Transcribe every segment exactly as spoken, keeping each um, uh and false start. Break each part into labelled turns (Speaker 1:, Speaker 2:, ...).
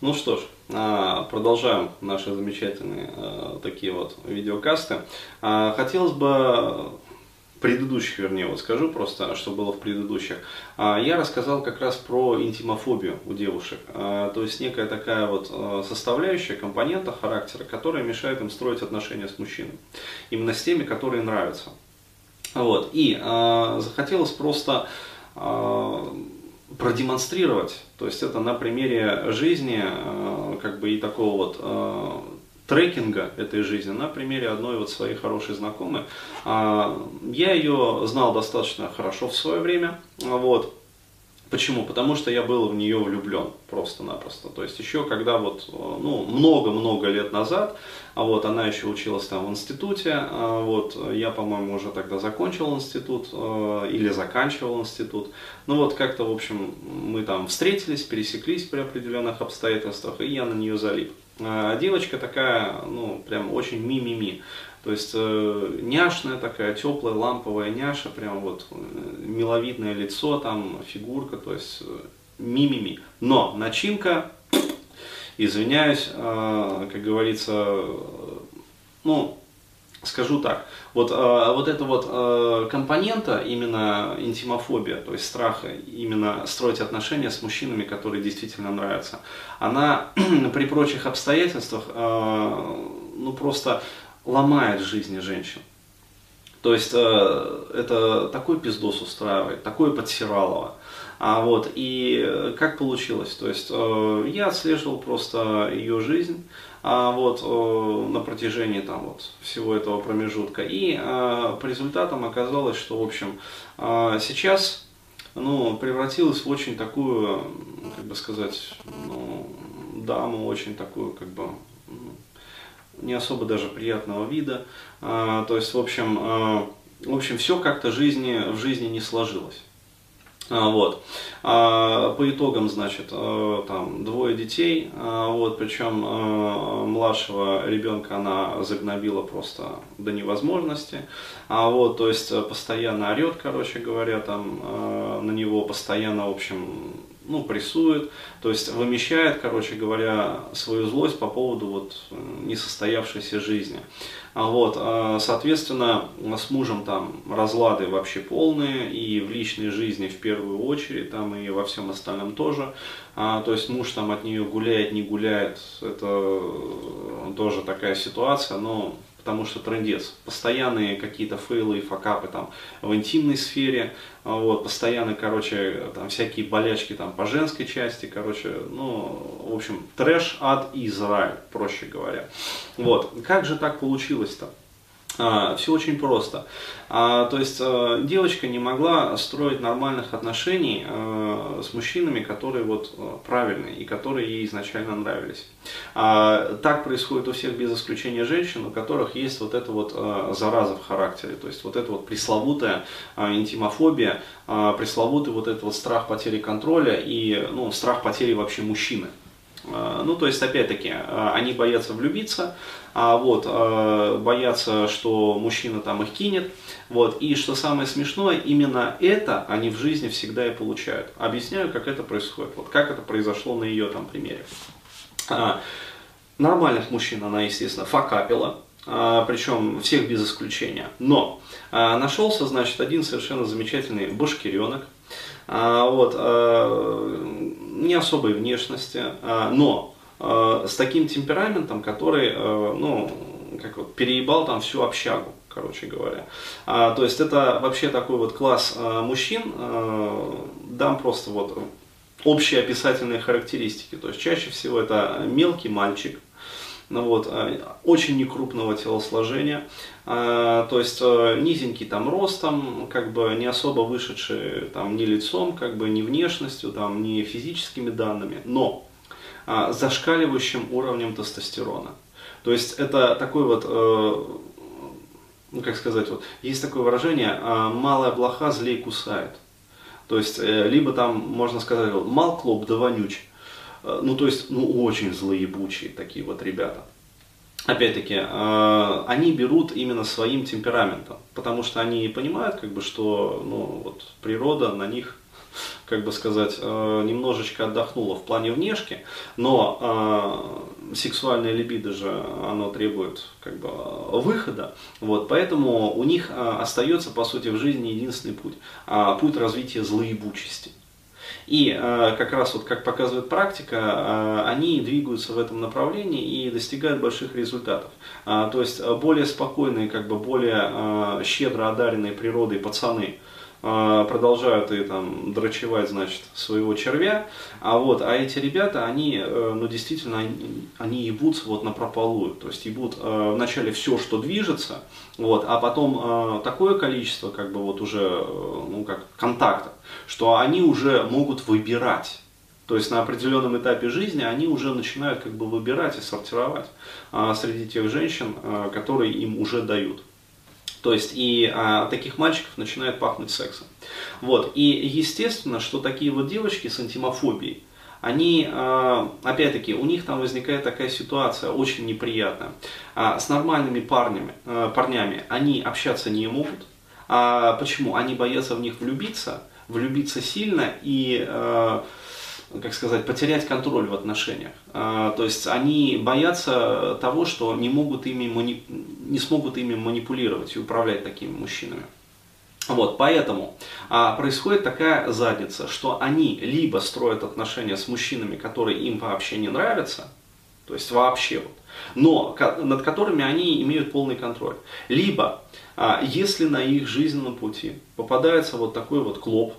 Speaker 1: Ну что ж, а, продолжаем наши замечательные а, такие вот видеокасты. А, Хотелось бы предыдущих, вернее, вот скажу просто, что было в предыдущих. А, Я рассказал как раз про интимофобию у девушек. А, То есть некая такая вот а, составляющая, компонента характера, которая мешает им строить отношения с мужчиной. Именно с теми, которые нравятся. Вот. И а, захотелось просто а, продемонстрировать, то есть это на примере жизни, э, как бы и такого вот э, трекинга этой жизни, на примере одной вот своей хорошей знакомой. Э, я ее знал достаточно хорошо в свое время, вот. Почему? Потому что я был в нее влюблен просто-напросто. То есть еще когда вот, ну, много-много лет назад, а вот она еще училась там в институте, вот, я, по-моему, уже тогда закончил институт или заканчивал институт. Ну вот как-то, в общем, мы там встретились, пересеклись при определенных обстоятельствах, и я на нее залип. А девочка такая, ну, прям очень ми-ми-ми. То есть э, няшная такая, теплая, ламповая няша, прям вот э, миловидное лицо, там фигурка, то есть э, ми-ми-ми. Но начинка, извиняюсь, э, как говорится, э, ну, скажу так, вот, э, вот эта вот э, компонента, именно интимофобия, то есть страха, именно строить отношения с мужчинами, которые действительно нравятся, она при прочих обстоятельствах, э, ну, просто ломает жизни женщин. То есть э, это такой пиздос устраивает, такое подсиралово. А вот, и как получилось? То есть э, я отслеживал просто ее жизнь, а вот э, на протяжении там вот всего этого промежутка. И э, по результатам оказалось, что, в общем, э, сейчас, ну, превратилась в очень такую, как бы сказать, ну, даму, очень такую, как бы, не особо даже приятного вида. А, то есть, в общем, а, в общем, все как-то жизни, в жизни не сложилось. А, вот. А, по итогам, значит, а, там двое детей, а, вот, причем а, младшего ребенка она загнобила просто до невозможности. А, вот, то есть постоянно орет, короче говоря, там а, на него постоянно, в общем, ну, прессует, то есть вымещает, короче говоря, свою злость по поводу вот несостоявшейся жизни. А вот, соответственно, с мужем там разлады вообще полные, и в личной жизни в первую очередь, там и во всем остальном тоже. А, то есть муж там от нее гуляет, не гуляет, это тоже такая ситуация, но потому что трындец. Постоянные какие-то фейлы и факапы там в интимной сфере, вот, постоянно, короче, там всякие болячки там по женской части, короче, ну, в общем, трэш, ад и Израиль, проще говоря. Вот, как же так получилось-то? А, все очень просто. А, то есть а, девочка не могла строить нормальных отношений а, с мужчинами, которые вот а, правильные и которые ей изначально нравились. А, так происходит у всех без исключения женщин, у которых есть вот эта вот а, зараза в характере, то есть вот эта вот пресловутая а, интимофобия, а, пресловутый вот этот вот страх потери контроля и, ну, страх потери вообще мужчины. Ну, то есть, опять-таки, они боятся влюбиться, вот, боятся, что мужчина там их кинет, вот, и что самое смешное, именно это они в жизни всегда и получают. Объясняю, как это происходит, вот, как это произошло на ее там примере. Нормальных мужчин она, естественно, факапила, причем всех без исключения, но нашелся, значит, один совершенно замечательный башкиренок, вот, не особой внешности, но с таким темпераментом, который, ну, как вот, переебал там всю общагу, короче говоря. То есть это вообще такой вот класс мужчин, дам просто вот общие описательные характеристики. То есть чаще всего это мелкий мальчик, вот, очень некрупного телосложения, то есть низенький там ростом, как бы не особо вышедший там ни лицом, как бы ни внешностью, там, ни физическими данными, но зашкаливающим уровнем тестостерона. То есть это такой вот, ну, как сказать, вот, есть такое выражение, малая блоха злей кусает. То есть либо там можно сказать, мал клоп да вонюч. Ну, то есть, ну, очень злоебучие такие вот ребята. Опять-таки, э, они берут именно своим темпераментом, потому что они понимают, как бы, что, ну, вот, природа на них как бы сказать, немножечко отдохнула в плане внешки, но сексуальная либидо же, оно требует как бы выхода, вот, поэтому у них остается, по сути, в жизни единственный путь, путь развития злоебучести. И э, как раз вот как показывает практика, э, они двигаются в этом направлении и достигают больших результатов. Э, то есть более спокойные, как бы более э, щедро одаренные природой пацаны э, продолжают и там дрочевать, значит, своего червя, а вот, а эти ребята, они, э, ну действительно, они, они ебутся вот напропалую, то есть ебут э, вначале все, что движется, вот, а потом э, такое количество, как бы вот уже, э, ну как контакта, что они уже могут выбирать. То есть на определенном этапе жизни они уже начинают как бы выбирать и сортировать а, среди тех женщин, а, которые им уже дают. То есть и а, от таких мальчиков начинает пахнуть сексом. Вот. И естественно, что такие вот девочки с антимофобией, они, а, опять-таки, у них там возникает такая ситуация очень неприятная. А, с нормальными парнями, а, парнями они общаться не могут. А почему? Они боятся в них влюбиться, влюбиться сильно и, э, как сказать, потерять контроль в отношениях. Э, то есть они боятся того, что не, могут ими мани... не смогут ими манипулировать и управлять такими мужчинами. Вот, поэтому а, происходит такая задница, что они либо строят отношения с мужчинами, которые им вообще не нравятся, то есть вообще вот, но над которыми они имеют полный контроль. Либо, если на их жизненном пути попадается вот такой вот клоп,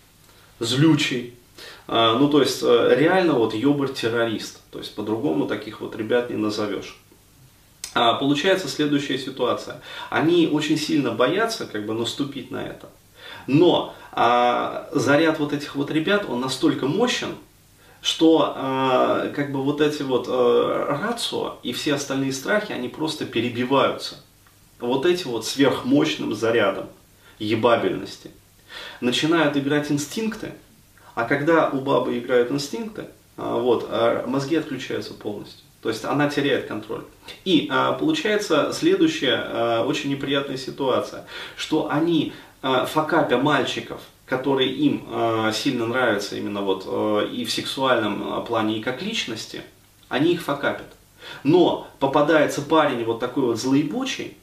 Speaker 1: злючий, ну то есть реально вот ёбарь-террорист, то есть по-другому таких вот ребят не назовешь. Получается следующая ситуация. Они очень сильно боятся как бы наступить на это, но заряд вот этих вот ребят, он настолько мощен, что э, как бы вот эти вот э, рацио и все остальные страхи, они просто перебиваются вот этим вот сверхмощным зарядом ебабельности. Начинают играть инстинкты, а когда у бабы играют инстинкты, э, вот, э, мозги отключаются полностью. То есть она теряет контроль. И э, получается следующая э, очень неприятная ситуация, что они, э, факапя мальчиков, которые им э, сильно нравятся именно вот э, и в сексуальном плане, и как личности, они их факапят. Но попадается парень вот такой вот злоебучий,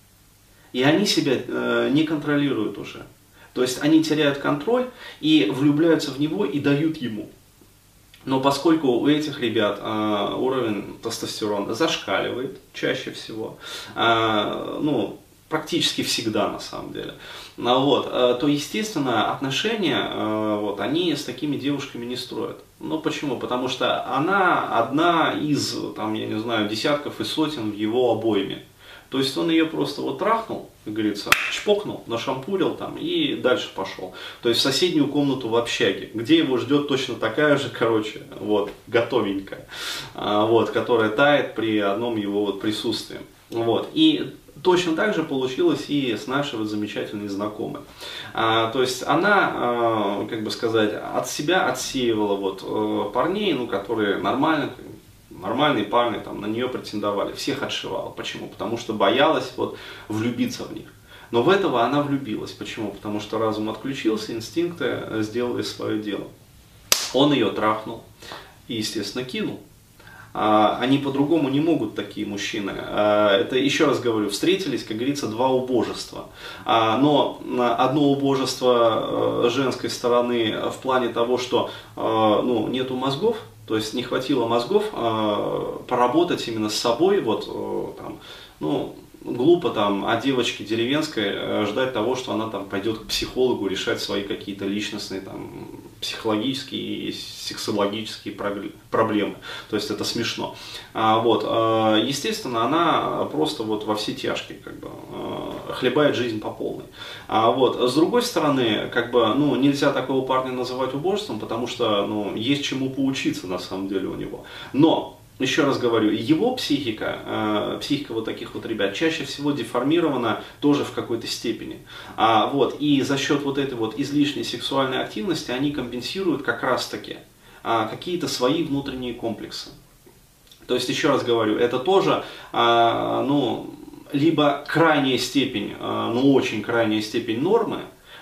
Speaker 1: и они себя э, не контролируют уже. То есть они теряют контроль и влюбляются в него и дают ему. Но поскольку у этих ребят э, уровень тестостерона зашкаливает чаще всего, э, ну, практически всегда на самом деле, вот, то, естественно, отношения, вот, они с такими девушками не строят. Ну, почему? Потому что она одна из, там, я не знаю, десятков и сотен в его обойме. То есть он ее просто вот трахнул, как говорится, чпокнул, нашампурил там и дальше пошел. То есть в соседнюю комнату в общаге, где его ждет точно такая же, короче, вот, готовенькая, вот, которая тает при одном его вот присутствии. Вот. И точно так же получилось и с нашей вот замечательной знакомой. А, то есть она, а, как бы сказать, от себя отсеивала вот, а, парней, ну, которые нормально, нормальные парни там, на нее претендовали, всех отшивала. Почему? Потому что боялась вот, влюбиться в них. Но в этого она влюбилась. Почему? Потому что разум отключился, инстинкты сделали свое дело. Он ее трахнул и, естественно, кинул. Они по-другому не могут, такие мужчины. Это, еще раз говорю, встретились, как говорится, два убожества. Но одно убожество женской стороны в плане того, что ну, нету мозгов, то есть не хватило мозгов поработать именно с собой, вот, там, ну, глупо там от девочки деревенской ждать того, что она там пойдет к психологу решать свои какие-то личностные, там, психологические и сексологические проблемы. То есть это смешно. А, вот, естественно, она просто вот во все тяжкие как бы, хлебает жизнь по полной. А, вот, с другой стороны, как бы, ну, нельзя такого парня называть убожеством, потому что ну, есть чему поучиться на самом деле у него. Но еще раз говорю, его психика, э, психика вот таких вот ребят чаще всего деформирована тоже в какой-то степени. А, вот, и за счет вот этой вот излишней сексуальной активности они компенсируют как раз таки а, какие-то свои внутренние комплексы. То есть, еще раз говорю, это тоже, а, ну, либо крайняя степень, а, ну очень крайняя степень нормы,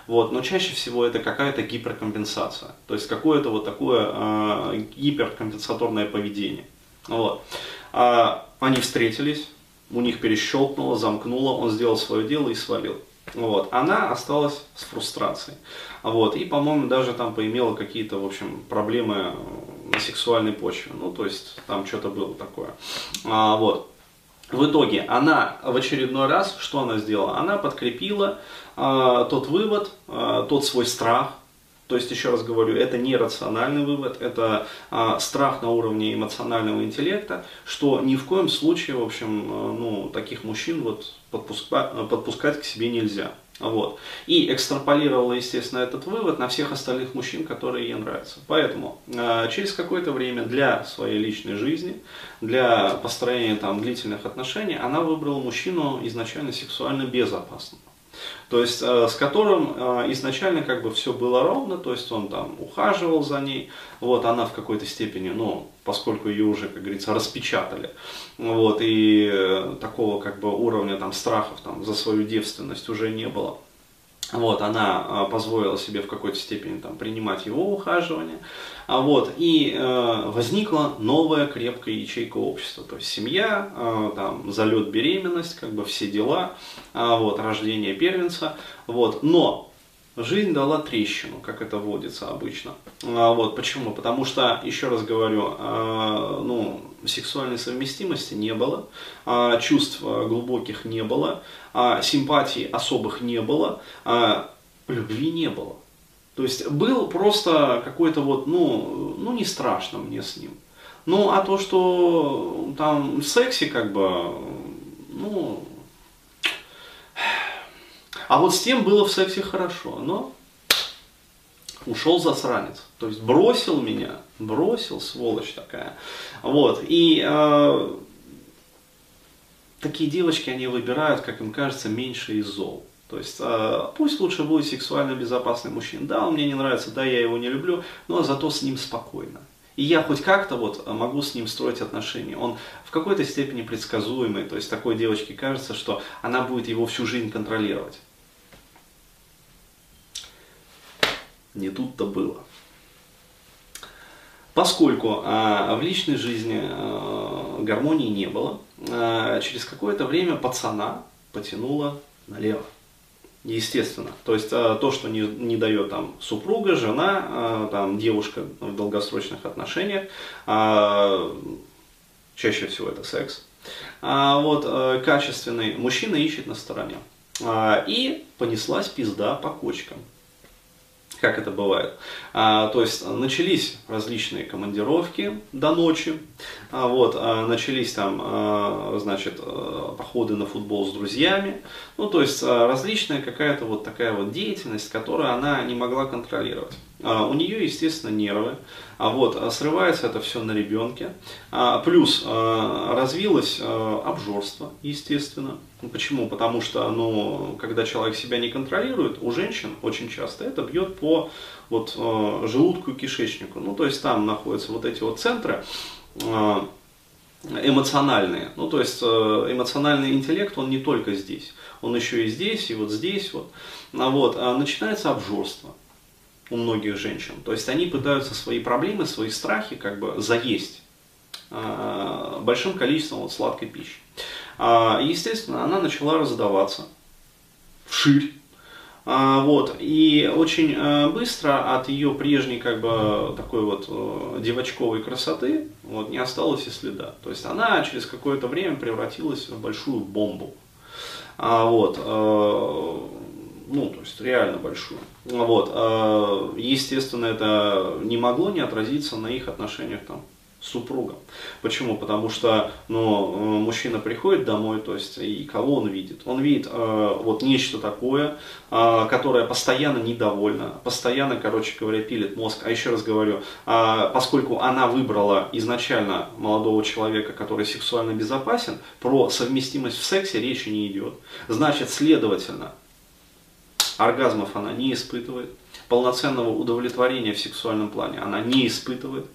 Speaker 1: вот, но чаще всего это какая-то гиперкомпенсация, то есть какое-то вот такое э, гиперкомпенсаторное поведение. Вот. А, они встретились, у них перещелкнуло, замкнуло, он сделал свое дело и свалил. Вот. Она осталась с фрустрацией. Вот. И, по-моему, даже там поимела какие-то, в общем, проблемы на сексуальной почве. Ну, то есть, там что-то было такое. А, вот. В итоге, она в очередной раз, что она сделала? Она подкрепила а, тот вывод, а, тот свой страх. То есть, еще раз говорю, это не рациональный вывод, это а, страх на уровне эмоционального интеллекта, что ни в коем случае, в общем, а, ну, таких мужчин вот подпуска, подпускать к себе нельзя. Вот. И экстраполировала, естественно, этот вывод на всех остальных мужчин, которые ей нравятся. Поэтому э, через какое-то время для своей личной жизни, для построения там, длительных отношений, она выбрала мужчину изначально сексуально безопасного. То есть э, с которым э, изначально как бы все было ровно, то есть он там ухаживал за ней, вот она в какой-то степени, ну, поскольку ее уже, как говорится, распечатали, вот, и э, такого как бы уровня там страхов там за свою девственность уже не было. Вот, она позволила себе в какой-то степени там, принимать его ухаживание. А вот, и э, возникла новая крепкая ячейка общества. То есть семья, э, там, залет, беременность, как бы все дела, э, вот, рождение первенца. Вот. Но жизнь дала трещину, как это водится обычно. А, вот, почему? Потому что, еще раз говорю, э, ну, сексуальной совместимости не было, э, чувств глубоких не было, э, симпатий особых не было, э, любви не было. То есть был просто какой-то вот, ну, ну не страшно мне с ним. Ну, а то, что там в сексе как бы, ну... А вот с тем было в сексе хорошо, но ушел засранец. То есть бросил меня, бросил, сволочь такая. Вот, и э, такие девочки, они выбирают, как им кажется, меньше из зол. То есть э, пусть лучше будет сексуально безопасный мужчина. Да, он мне не нравится, да, я его не люблю, но зато с ним спокойно. И я хоть как-то вот могу с ним строить отношения. Он в какой-то степени предсказуемый. То есть такой девочке кажется, что она будет его всю жизнь контролировать. Не тут-то было. Поскольку э, в личной жизни э, гармонии не было, э, через какое-то время пацана потянуло налево. Естественно. То есть э, то, что не, не дает там супруга, жена, э, там, девушка в долгосрочных отношениях, э, чаще всего это секс, э, вот, э, качественный, мужчина ищет на стороне. Э, и понеслась пизда по кочкам. Как это бывает. А, то есть начались различные командировки до ночи, а, вот, а, начались там, а, значит, походы на футбол с друзьями, ну, то есть а, различная какая-то вот такая вот деятельность, которую она не могла контролировать. А, у нее, естественно, нервы, а вот, срывается это все на ребенке, а, плюс а, развилось а, обжорство, естественно. Почему? Потому что, ну, когда человек себя не контролирует, у женщин очень часто это бьет по вот, э, желудку и кишечнику. Ну, то есть там находятся вот эти вот центры э, эмоциональные. Ну, то есть э, эмоциональный интеллект, он не только здесь, он еще и здесь, и вот здесь вот. А вот а начинается обжорство у многих женщин. То есть они пытаются свои проблемы, свои страхи как бы заесть э, большим количеством вот, сладкой пищи. Естественно, она начала раздаваться вширь. Вот. И очень быстро от ее прежней как бы, такой вот девочковой красоты вот, не осталось и следа. То есть она через какое-то время превратилась в большую бомбу. Вот. Ну, то есть реально большую. Вот. Естественно, это не могло не отразиться на их отношениях там с супругом. Почему? Потому что ну, мужчина приходит домой, то есть и кого он видит? Он видит э, вот нечто такое, э, которое постоянно недовольно, постоянно, короче говоря, пилит мозг. А еще раз говорю, э, поскольку она выбрала изначально молодого человека, который сексуально безопасен, про совместимость в сексе речи не идет. Значит, следовательно, оргазмов она не испытывает, полноценного удовлетворения в сексуальном плане она не испытывает.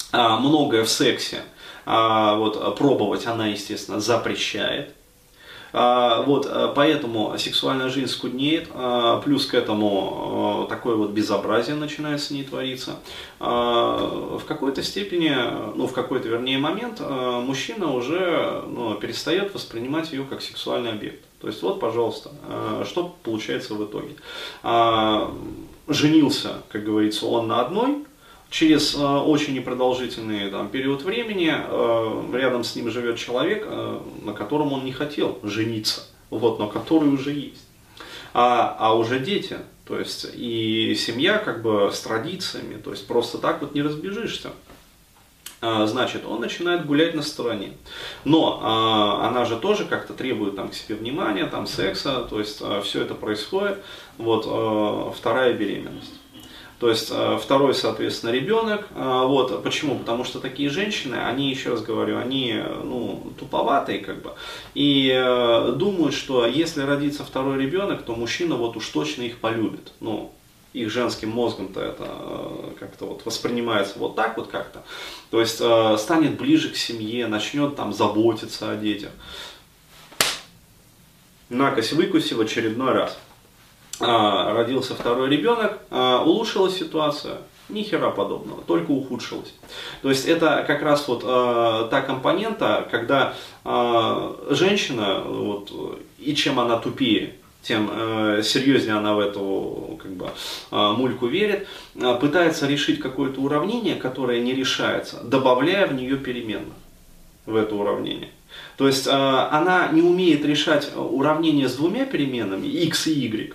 Speaker 1: Многое в сексе вот, пробовать она, естественно, запрещает. А, вот, поэтому сексуальная жизнь скуднеет, а, плюс к этому а, такое вот безобразие начинает с ней твориться. А, в какой-то степени, ну в какой-то, вернее, момент а, мужчина уже ну, перестает воспринимать ее как сексуальный объект. То есть вот, пожалуйста, а, что получается в итоге. А, женился, как говорится, он на одной. Через э, очень непродолжительный там, период времени э, рядом с ним живет человек, э, на котором он не хотел жениться, вот, но который уже есть. А, а уже дети, то есть и семья как бы с традициями, то есть просто так вот не разбежишься. А, значит, он начинает гулять на стороне. Но а, она же тоже как-то требует там, к себе внимания, там, секса, то есть а, все это происходит. Вот а, вторая беременность. То есть второй, соответственно, ребенок. Вот. Почему? Потому что такие женщины, они, еще раз говорю, они ну, туповатые, как бы, и думают, что если родится второй ребенок, то мужчина вот уж точно их полюбит. Ну, их женским мозгом-то это как-то вот воспринимается вот так вот как-то. То есть станет ближе к семье, начнет там заботиться о детях. Накось-выкуси в очередной раз. Родился второй ребенок, улучшилась ситуация, ни хера подобного, только ухудшилась. То есть это как раз вот та компонента, когда женщина, вот, и чем она тупее, тем серьезнее она в эту как бы, мульку верит, пытается решить какое-то уравнение, которое не решается, добавляя в нее переменных в это уравнение. То есть она не умеет решать уравнение с двумя переменными, x и y.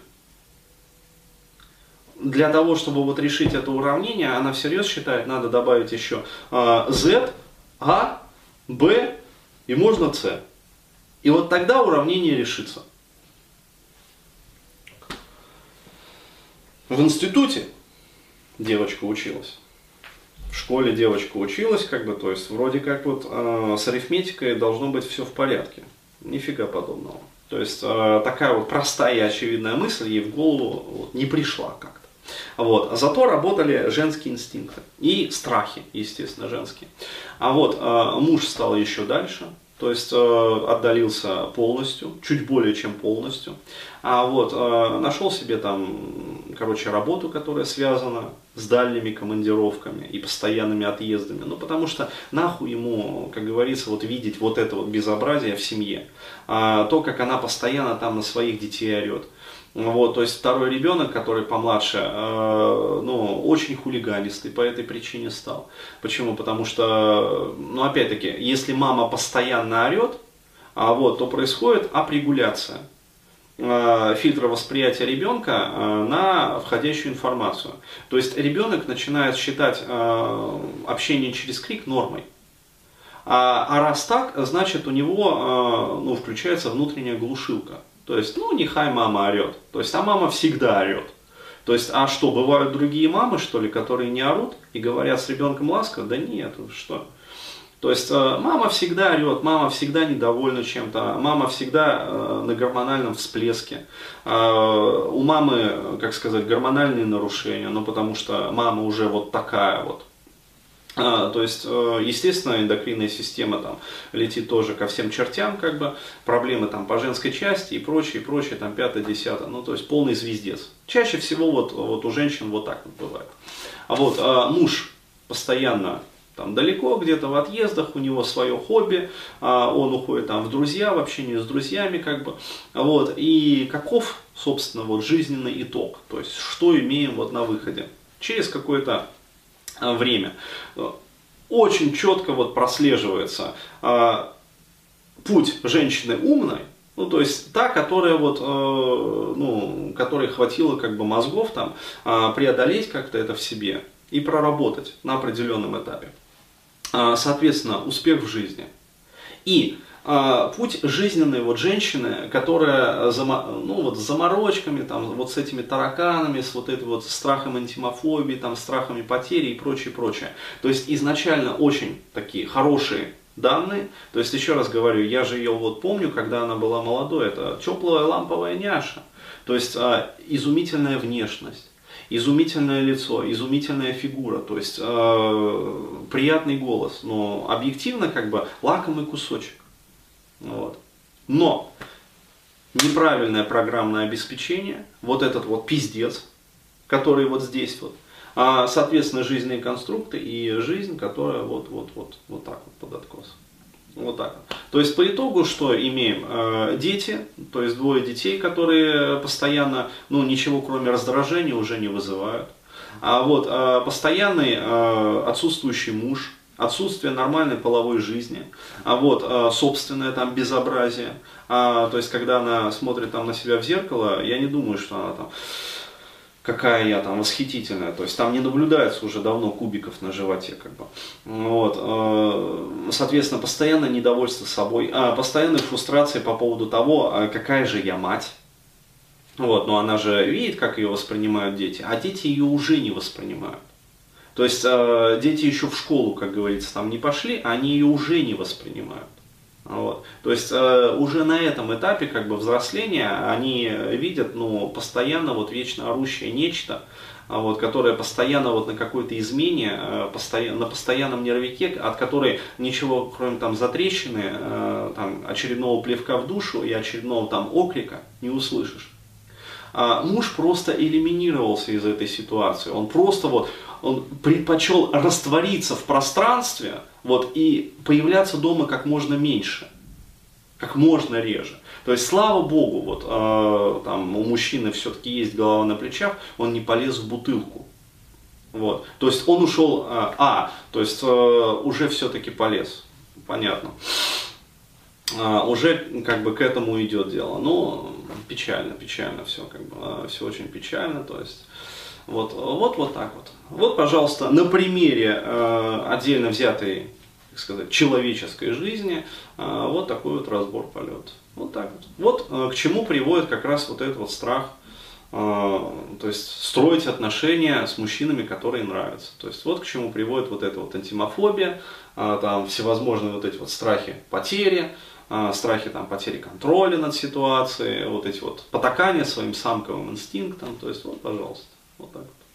Speaker 1: Для того, чтобы вот решить это уравнение, она всерьез считает, надо добавить еще э, z, a, b и можно c. И вот тогда уравнение решится. В институте девочка училась. В школе девочка училась, как бы, то есть вроде как вот э, с арифметикой должно быть все в порядке. Нифига подобного. То есть э, такая вот простая и очевидная мысль ей в голову вот, не пришла как-то. Вот. Зато работали женские инстинкты и страхи, естественно, женские. А вот э, муж стал еще дальше, то есть э, отдалился полностью, чуть более чем полностью. А вот э, нашел себе там, короче, работу, которая связана с дальними командировками и постоянными отъездами. Ну, потому что нахуй ему, как говорится, вот видеть вот это вот безобразие в семье. А, то, как она постоянно там на своих детей орет. Вот, то есть второй ребенок, который помладше, э, ну, очень хулиганистый по этой причине стал. Почему? Потому что, ну, опять-таки, если мама постоянно орет, а, вот, то происходит апрегуляция э, фильтра восприятия ребенка э, на входящую информацию. То есть ребенок начинает считать э, общение через крик нормой. А, а раз так, значит у него э, ну, включается внутренняя глушилка. То есть, ну, нехай мама орет. То есть, а мама всегда орет. То есть, а что, бывают другие мамы, что ли, которые не орут и говорят с ребенком ласково? Да нет, что. То есть, мама всегда орет, мама всегда недовольна чем-то, мама всегда на гормональном всплеске. У мамы, как сказать, гормональные нарушения, ну, потому что мама уже вот такая вот. А, то есть, естественно, эндокринная система там летит тоже ко всем чертям, как бы, проблемы там по женской части и прочее, и прочее, там пятое, десятое, ну, то есть, полный звездец. Чаще всего вот, вот у женщин вот так вот бывает. А вот а, муж постоянно там далеко, где-то в отъездах, у него свое хобби, а, он уходит там в друзья, в общение с друзьями, как бы, вот, и каков, собственно, вот жизненный итог, то есть, что имеем вот на выходе. Через какое-то время. Очень четко вот прослеживается э, путь женщины умной, ну то есть та, которая вот, э, ну, которой хватило как бы мозгов там э, преодолеть как-то это в себе и проработать на определенном этапе. Э, соответственно, успех в жизни. И путь жизненной вот женщины, которая ну, вот, с заморочками, там, вот с этими тараканами, с вот этой вот страхом антимофобии, там, страхами потери и прочее, прочее. То есть изначально очень такие хорошие данные. То есть еще раз говорю, я же ее вот помню, когда она была молодой, это теплая ламповая няша. То есть а, изумительная внешность. Изумительное лицо, изумительная фигура, то есть э, приятный голос, но объективно как бы лакомый кусочек. Вот. Но неправильное программное обеспечение, вот этот вот пиздец, который вот здесь вот, а, соответственно, жизненные конструкты и жизнь, которая вот, вот, вот, вот так вот под откос. Вот так вот. То есть по итогу что имеем? Э, дети, то есть двое детей, которые постоянно, ну ничего кроме раздражения уже не вызывают. А вот э, постоянный э, отсутствующий муж, отсутствие нормальной половой жизни, а вот э, собственное там безобразие. А, то есть когда она смотрит там на себя в зеркало, я не думаю, что она там какая я там восхитительная, то есть там не наблюдается уже давно кубиков на животе, как бы. Вот. Соответственно, постоянное недовольство собой, а, постоянные фрустрации по поводу того, какая же я мать. Вот, но она же видит, как ее воспринимают дети, а дети ее уже не воспринимают. То есть дети еще в школу, как говорится, там не пошли, а они ее уже не воспринимают. Вот. То есть э, уже на этом этапе как бы взросления они видят, ну, постоянно вот вечно орущее нечто, вот, которое постоянно вот на какой-то измене, э, постоянно, на постоянном нервике, от которой ничего кроме там затрещины, э, там, очередного плевка в душу и очередного там окрика не услышишь. А муж просто элиминировался из этой ситуации, он просто вот, он предпочел раствориться в пространстве, вот, и появляться дома как можно меньше, как можно реже. То есть, слава богу, вот, э, там, у мужчины все-таки есть голова на плечах, он не полез в бутылку. Вот. То есть, он ушел, э, а, то есть, э, уже все-таки полез, понятно. Э, уже как бы к этому идет дело. Но печально, печально все, как бы, э, все очень печально, то есть... Вот, вот, вот так вот. Вот, пожалуйста, на примере э, отдельно взятой, так сказать, человеческой жизни, э, вот такой вот разбор полета. Вот так вот. Вот э, к чему приводит как раз вот этот вот страх, э, то есть строить отношения с мужчинами, которые нравятся. То есть вот к чему приводит вот эта вот антимофобия, э, там всевозможные вот эти вот страхи потери, э, страхи там потери контроля над ситуацией, вот эти вот потакания своим самковым инстинктом. То есть вот, пожалуйста. Вот так вот.